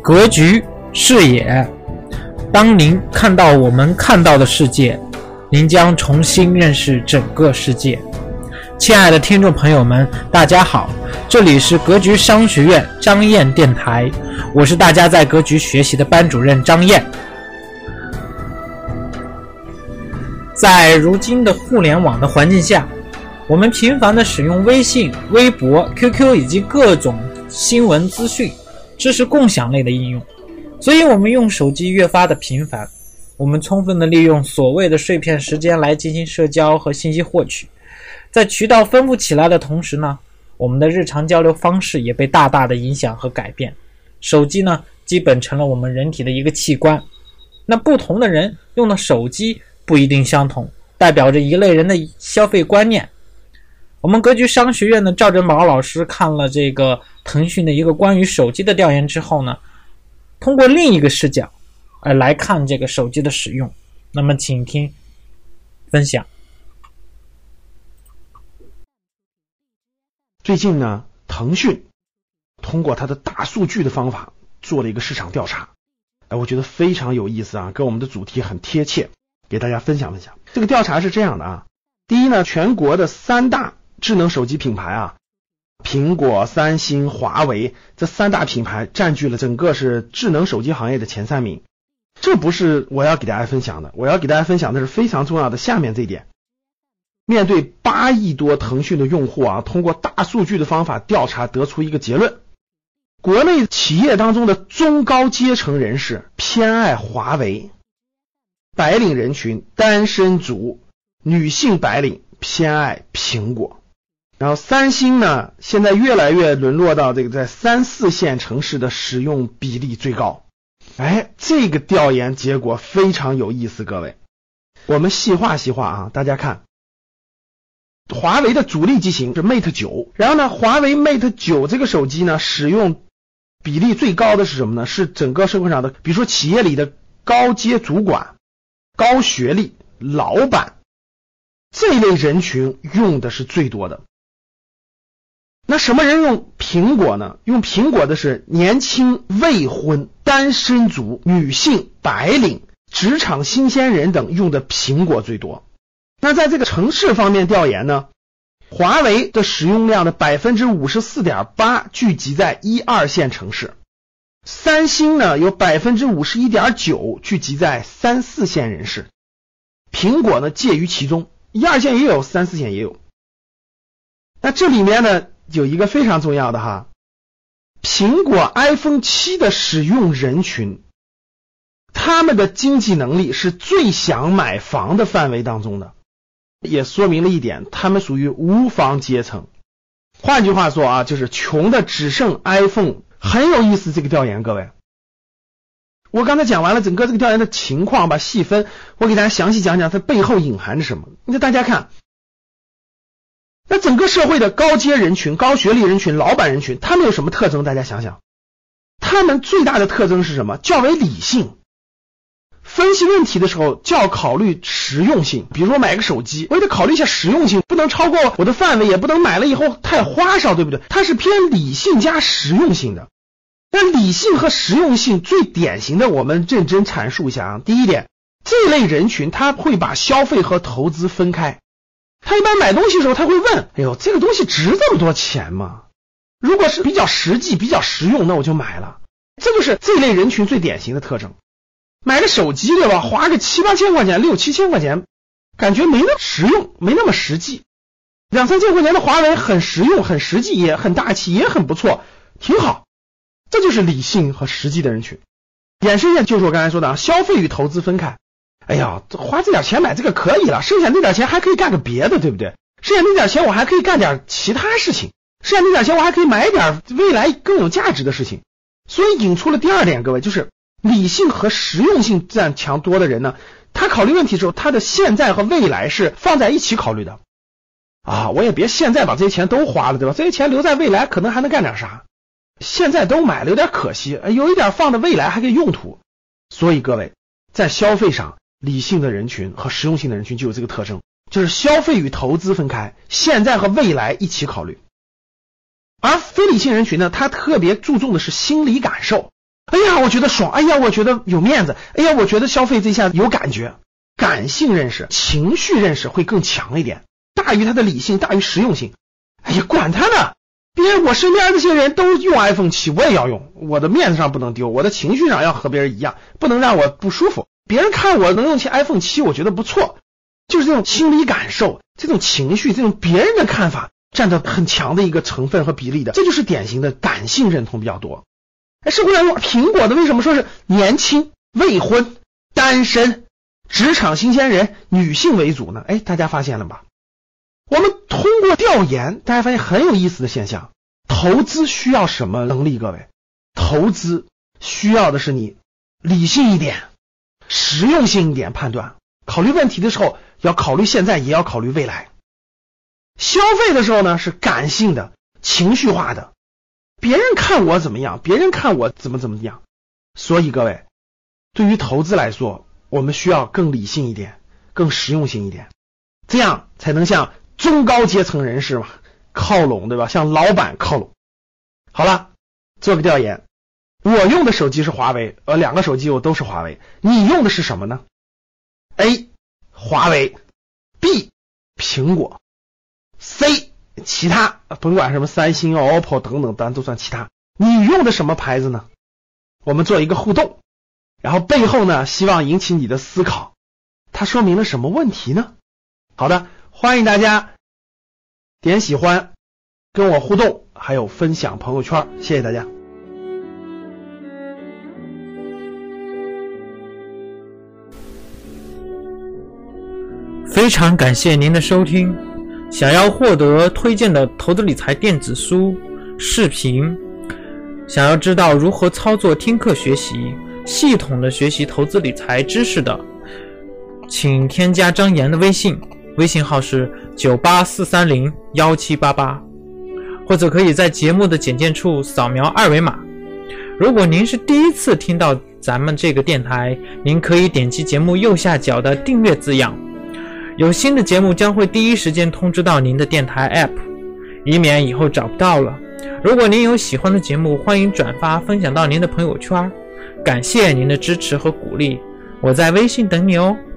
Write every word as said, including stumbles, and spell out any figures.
格局视野。当您看到我们看到的世界，您将重新认识整个世界。亲爱的听众朋友们，大家好，这里是格局商学院张燕电台，我是大家在格局学习的班主任张燕。在如今的互联网的环境下，我们频繁地使用微信、微博、Q Q 以及各种新闻资讯、知识共享类的应用，所以我们用手机越发的频繁，我们充分地利用所谓的碎片时间来进行社交和信息获取。在渠道丰富起来的同时呢，我们的日常交流方式也被大大的影响和改变。手机呢，基本成了我们人体的一个器官。那不同的人用的手机不一定相同，代表着一类人的消费观念。我们格局商学院的赵振宝老师看了这个腾讯的一个关于手机的调研之后呢，通过另一个视角而来看这个手机的使用。那么请听分享。 最近呢，腾讯通过它的大数据的方法做了一个市场调查，哎，我觉得非常有意思啊，跟我们的主题很贴切，给大家分享分享。这个调查是这样的啊，第一呢，全国的三大智能手机品牌啊，苹果、三星、华为这三大品牌占据了整个是智能手机行业的前三名。这不是我要给大家分享的，我要给大家分享的是非常重要的下面这一点。面对八亿多腾讯的用户啊，通过大数据的方法调查得出一个结论，国内企业当中的中高阶层人士偏爱华为，白领人群、单身族、女性白领偏爱苹果。然后三星呢，现在越来越沦落到这个在三四线城市的使用比例最高。哎，这个调研结果非常有意思，各位，我们细化细化啊，大家看。华为的主力机型是 Mate 九，然后呢，华为 Mate 九这个手机呢，使用比例最高的是什么呢？是整个社会上的，比如说企业里的高阶主管、高学历、老板这类人群用的是最多的。那什么人用苹果呢？用苹果的是年轻、未婚、单身族、女性、白领、职场新鲜人等用的苹果最多。那在这个城市方面调研呢，华为的使用量的 百分之五十四点八 聚集在一二线城市，三星呢有 百分之五十一点九 聚集在三四线人士，苹果呢介于其中，一二线也有，三四线也有。那这里面呢有一个非常重要的哈，苹果 iPhone 七的使用人群，他们的经济能力是最想买房的范围当中的，也说明了一点，他们属于无房阶层。换句话说啊，就是穷的只剩 iPhone。 很有意思这个调研，各位，我刚才讲完了整个这个调研的情况吧，细分，我给大家详细讲讲它背后隐含着什么。那大家看，那整个社会的高阶人群、高学历人群、老板人群，他们有什么特征？大家想想，他们最大的特征是什么？较为理性，分析问题的时候较考虑实用性。比如说买个手机，我也得考虑一下实用性，不能超过我的范围，也不能买了以后太花哨，对不对？它是偏理性加实用性的。那理性和实用性最典型的，我们认真阐述一下啊。第一点，这类人群他会把消费和投资分开。他一般买东西的时候他会问，哎呦，这个东西值这么多钱吗？如果是比较实际比较实用，那我就买了。这就是这类人群最典型的特征。买个手机对吧，花个七八千块钱、六七千块钱，感觉没那么实用，没那么实际。两三千块钱的华为很实用、很实际，也很大气，也很不错，挺好。这就是理性和实际的人群。衍生下就是我刚才说的啊，消费与投资分开。哎呀，花这点钱买这个可以了，剩下那点钱还可以干个别的，对不对？剩下那点钱我还可以干点其他事情，剩下那点钱我还可以买点未来更有价值的事情。所以引出了第二点，各位，就是理性和实用性占强多的人呢，他考虑问题的时候，他的现在和未来是放在一起考虑的啊。我也别现在把这些钱都花了，对吧？这些钱留在未来可能还能干点啥，现在都买了有点可惜，有一点放在未来还可以用途。所以各位，在消费上，理性的人群和实用性的人群就有这个特征，就是消费与投资分开，现在和未来一起考虑。而非理性人群呢，他特别注重的是心理感受， 哎呀我觉得爽，哎呀我觉得有面子，哎呀我觉得消费这下有感觉。感性认识、情绪认识会更强一点，大于它的理性，大于实用性。哎呀管他呢，别人我身边这些人都用 iPhone 七，我也要用，我的面子上不能丢，我的情绪上要和别人一样，不能让我不舒服。别人看我能用起 iPhone 七，我觉得不错，就是这种心理感受，这种情绪，这种别人的看法占到很强的一个成分和比例的，这就是典型的感性认同比较多。哎，社会上用苹果的为什么说是年轻、未婚、单身、职场新鲜人、女性为主呢？哎，大家发现了吧？我们通过调研，大家发现很有意思的现象。投资需要什么能力？各位，投资需要的是你理性一点、实用性一点判断，考虑问题的时候要考虑现在，也要考虑未来。消费的时候呢，是感性的、情绪化的，别人看我怎么样，别人看我怎么怎么样。所以各位，对于投资来说，我们需要更理性一点，更实用性一点，这样才能向中高阶层人士嘛靠拢，对吧？向老板靠拢。好了，做个调研，我用的手机是华为，呃，两个手机我都是华为，你用的是什么呢？ A 华为， B 苹果， C 其他，甭管什么三星、O P P O 等等，咱都算其他。你用的什么牌子呢？我们做一个互动，然后背后呢，希望引起你的思考，它说明了什么问题呢？好的，欢迎大家点喜欢，跟我互动，还有分享朋友圈，谢谢大家。 非常感谢您的收听。想要获得推荐的投资理财电子书、视频，想要知道如何操作听课学习，系统的学习投资理财知识的，请添加张岩的微信，微信号是九八四三零一七八八，或者可以在节目的简介处扫描二维码。如果您是第一次听到咱们这个电台，您可以点击节目右下角的订阅字样，有新的节目将会第一时间通知到您的电台 App， 以免以后找不到了。如果您有喜欢的节目，欢迎转发分享到您的朋友圈，感谢您的支持和鼓励，我在微信等你哦。